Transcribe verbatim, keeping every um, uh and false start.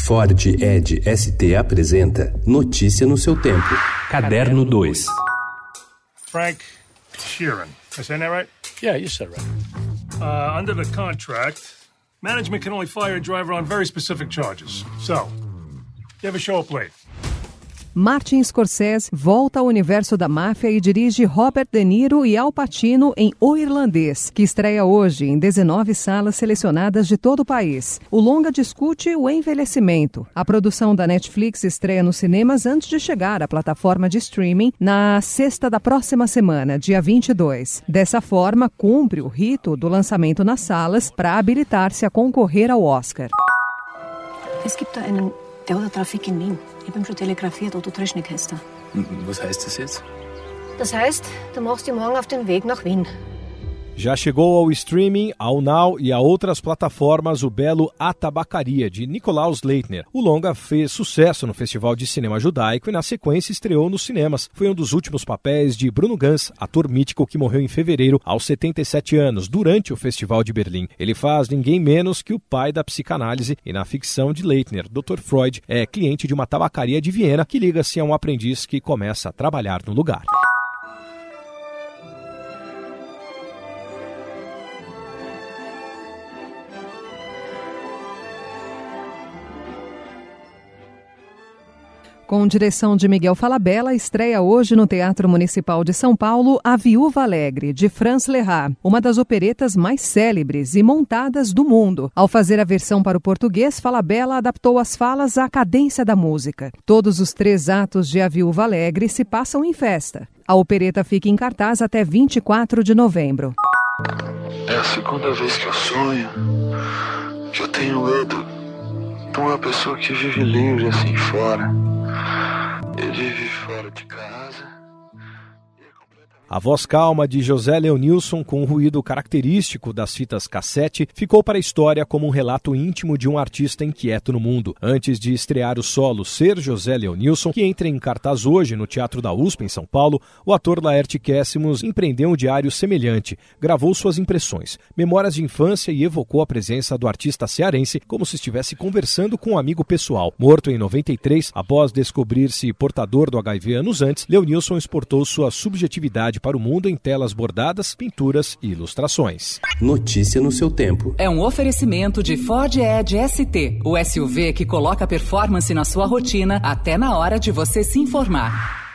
Ford Edge S T apresenta Notícia no seu tempo. Caderno dois. Frank Sheeran. Am I saying that right? Yeah, you said right. Uh, under the contract, management can only fire a driver on very specific charges. So, you ever show up late? Martin Scorsese volta ao universo da máfia e dirige Robert De Niro e Al Pacino em O Irlandês, que estreia hoje em dezenove salas selecionadas de todo o país. O longa discute o envelhecimento. A produção da Netflix estreia nos cinemas antes de chegar à plataforma de streaming na sexta da próxima semana, dia vinte e dois. Dessa forma, cumpre o rito do lançamento nas salas para habilitar-se a concorrer ao Oscar. Es gibt da einen Deodertrafik in Wien. Ich habe ihm schon telegrafiert, Otto Treschnik heißt er. Was heißt das jetzt? Das heißt, du machst dich morgen auf den Weg nach Wien. Já chegou ao streaming, ao Now e a outras plataformas o belo A Tabacaria, de Nikolaus Leitner. O longa fez sucesso no Festival de Cinema Judaico e, na sequência, estreou nos cinemas. Foi um dos últimos papéis de Bruno Ganz, ator mítico que morreu em fevereiro, aos setenta e sete anos, durante o Festival de Berlim. Ele faz ninguém menos que o pai da psicanálise e, na ficção de Leitner, doutor Freud é cliente de uma tabacaria de Viena que liga-se a um aprendiz que começa a trabalhar no lugar. Com direção de Miguel Falabella, estreia hoje no Teatro Municipal de São Paulo A Viúva Alegre, de Franz Lehár, uma das operetas mais célebres e montadas do mundo. Ao fazer a versão para o português, Falabella adaptou as falas à cadência da música. Todos os três atos de A Viúva Alegre se passam em festa. A opereta fica em cartaz até vinte e quatro de novembro. É a segunda vez que eu sonho, que eu tenho medo de uma pessoa que vive livre assim fora. Ele vive fora de casa. A voz calma de José Leonilson, com o ruído característico das fitas cassete, ficou para a história como um relato íntimo de um artista inquieto no mundo. Antes de estrear o solo Ser José Leonilson, que entra em cartaz hoje no Teatro da U S P, em São Paulo, o ator Laerte Kessimos empreendeu um diário semelhante, gravou suas impressões, memórias de infância e evocou a presença do artista cearense como se estivesse conversando com um amigo pessoal. Morto em noventa e três, após descobrir-se portador do H I V anos antes, Leonilson exportou sua subjetividade para o mundo em telas bordadas, pinturas e ilustrações. Notícia no seu tempo. É um oferecimento de Ford Edge S T, o S U V que coloca performance na sua rotina até na hora de você se informar.